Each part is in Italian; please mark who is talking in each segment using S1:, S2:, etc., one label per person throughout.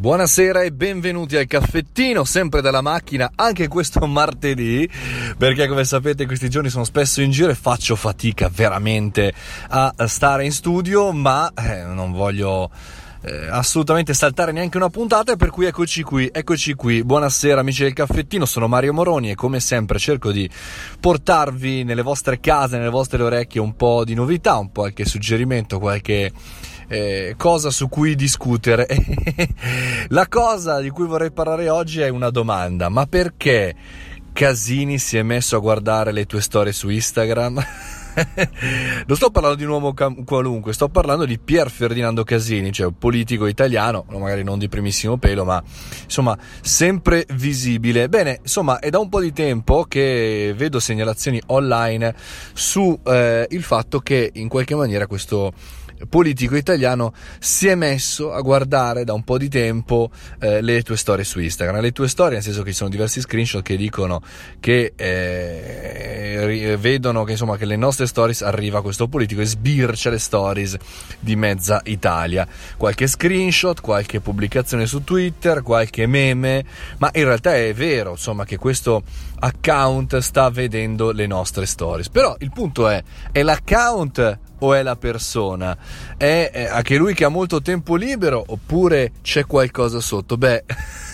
S1: Buonasera e benvenuti al caffettino, sempre dalla macchina, anche questo martedì, perché come sapete questi giorni sono spesso in giro e faccio fatica veramente a stare in studio, ma non voglio assolutamente saltare neanche una puntata, per cui eccoci qui. Buonasera amici del caffettino, sono Mario Moroni e come sempre cerco di portarvi nelle vostre case, nelle vostre orecchie un po' di novità, un po' qualche suggerimento, qualche cosa su cui discutere. La cosa di cui vorrei parlare oggi è una domanda: ma perché Casini si è messo a guardare le tue storie su Instagram? Non sto parlando di un uomo qualunque, sto parlando di Pier Ferdinando Casini, cioè un politico italiano, magari non di primissimo pelo, ma insomma sempre visibile. Bene, insomma è da un po' di tempo che vedo segnalazioni online su il fatto che in qualche maniera questo politico italiano si è messo a guardare da un po' di tempo le tue storie su Instagram, le tue storie, nel senso che ci sono diversi screenshot che dicono che vedono che insomma che le nostre stories arriva questo politico e sbircia le stories di mezza Italia, qualche screenshot, qualche pubblicazione su Twitter, qualche meme, ma in realtà è vero insomma che questo account sta vedendo le nostre stories. Però il punto è l'account o è la persona? È anche lui che ha molto tempo libero oppure c'è qualcosa sotto? Beh,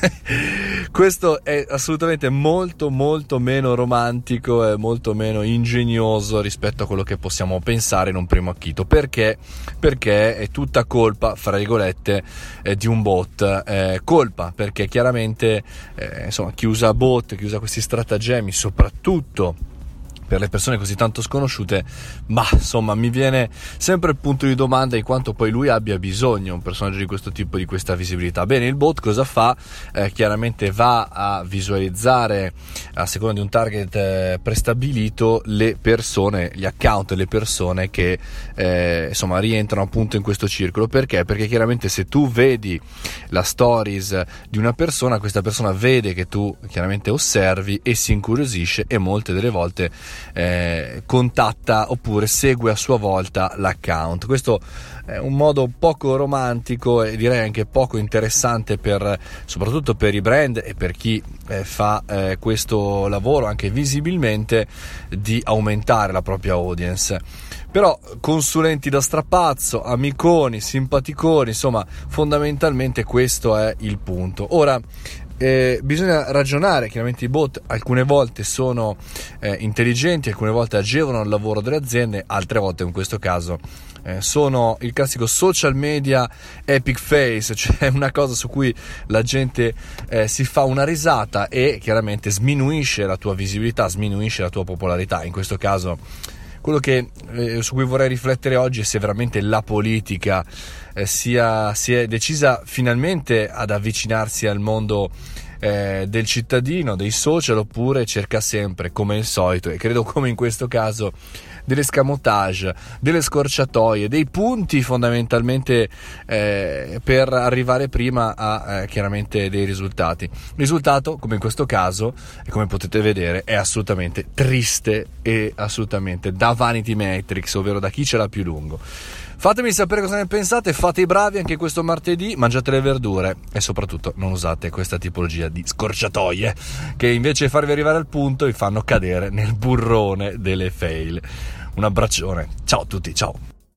S1: questo è assolutamente molto meno romantico e molto meno ingegnoso rispetto a quello che possiamo pensare in un primo acchito. Perché è tutta colpa, fra virgolette, di un bot. Colpa perché chiaramente insomma chi usa bot, chi usa questi stratagemmi, soprattutto per le persone così tanto sconosciute, ma insomma mi viene sempre il punto di domanda in quanto poi lui abbia bisogno, un personaggio di questo tipo, di questa visibilità. Bene, il bot cosa fa? Chiaramente va a visualizzare a seconda di un target prestabilito le persone, gli account, le persone che insomma rientrano appunto in questo circolo. Perché? Perché chiaramente se tu vedi la stories di una persona, questa persona vede che tu chiaramente osservi e si incuriosisce e molte delle volte contatta oppure segue a sua volta l'account. Questo è un modo poco romantico e direi anche poco interessante soprattutto per i brand e per chi fa questo lavoro anche visibilmente, di aumentare la propria audience. Però consulenti da strapazzo, amiconi, simpaticoni, insomma fondamentalmente questo è il punto. Ora bisogna ragionare, chiaramente i bot alcune volte sono intelligenti, alcune volte agevolano il lavoro delle aziende, altre volte in questo caso sono il classico social media epic face, cioè una cosa su cui la gente si fa una risata e chiaramente sminuisce la tua visibilità, sminuisce la tua popolarità. In questo caso quello che su cui vorrei riflettere oggi è se veramente la politica si è decisa finalmente ad avvicinarsi al mondo del cittadino, dei social, oppure cerca sempre, come il solito, e credo come in questo caso, delle escamotage, delle scorciatoie, dei punti fondamentalmente per arrivare prima a chiaramente dei risultati. Il risultato, come in questo caso, e come potete vedere, è assolutamente triste e assolutamente da Vanity Matrix, ovvero da chi ce l'ha più lungo. Fatemi sapere cosa ne pensate, fate i bravi anche questo martedì, mangiate le verdure e soprattutto non usate questa tipologia di scorciatoie che invece di farvi arrivare al punto vi fanno cadere nel burrone delle fail. Un abbraccione, ciao a tutti, ciao!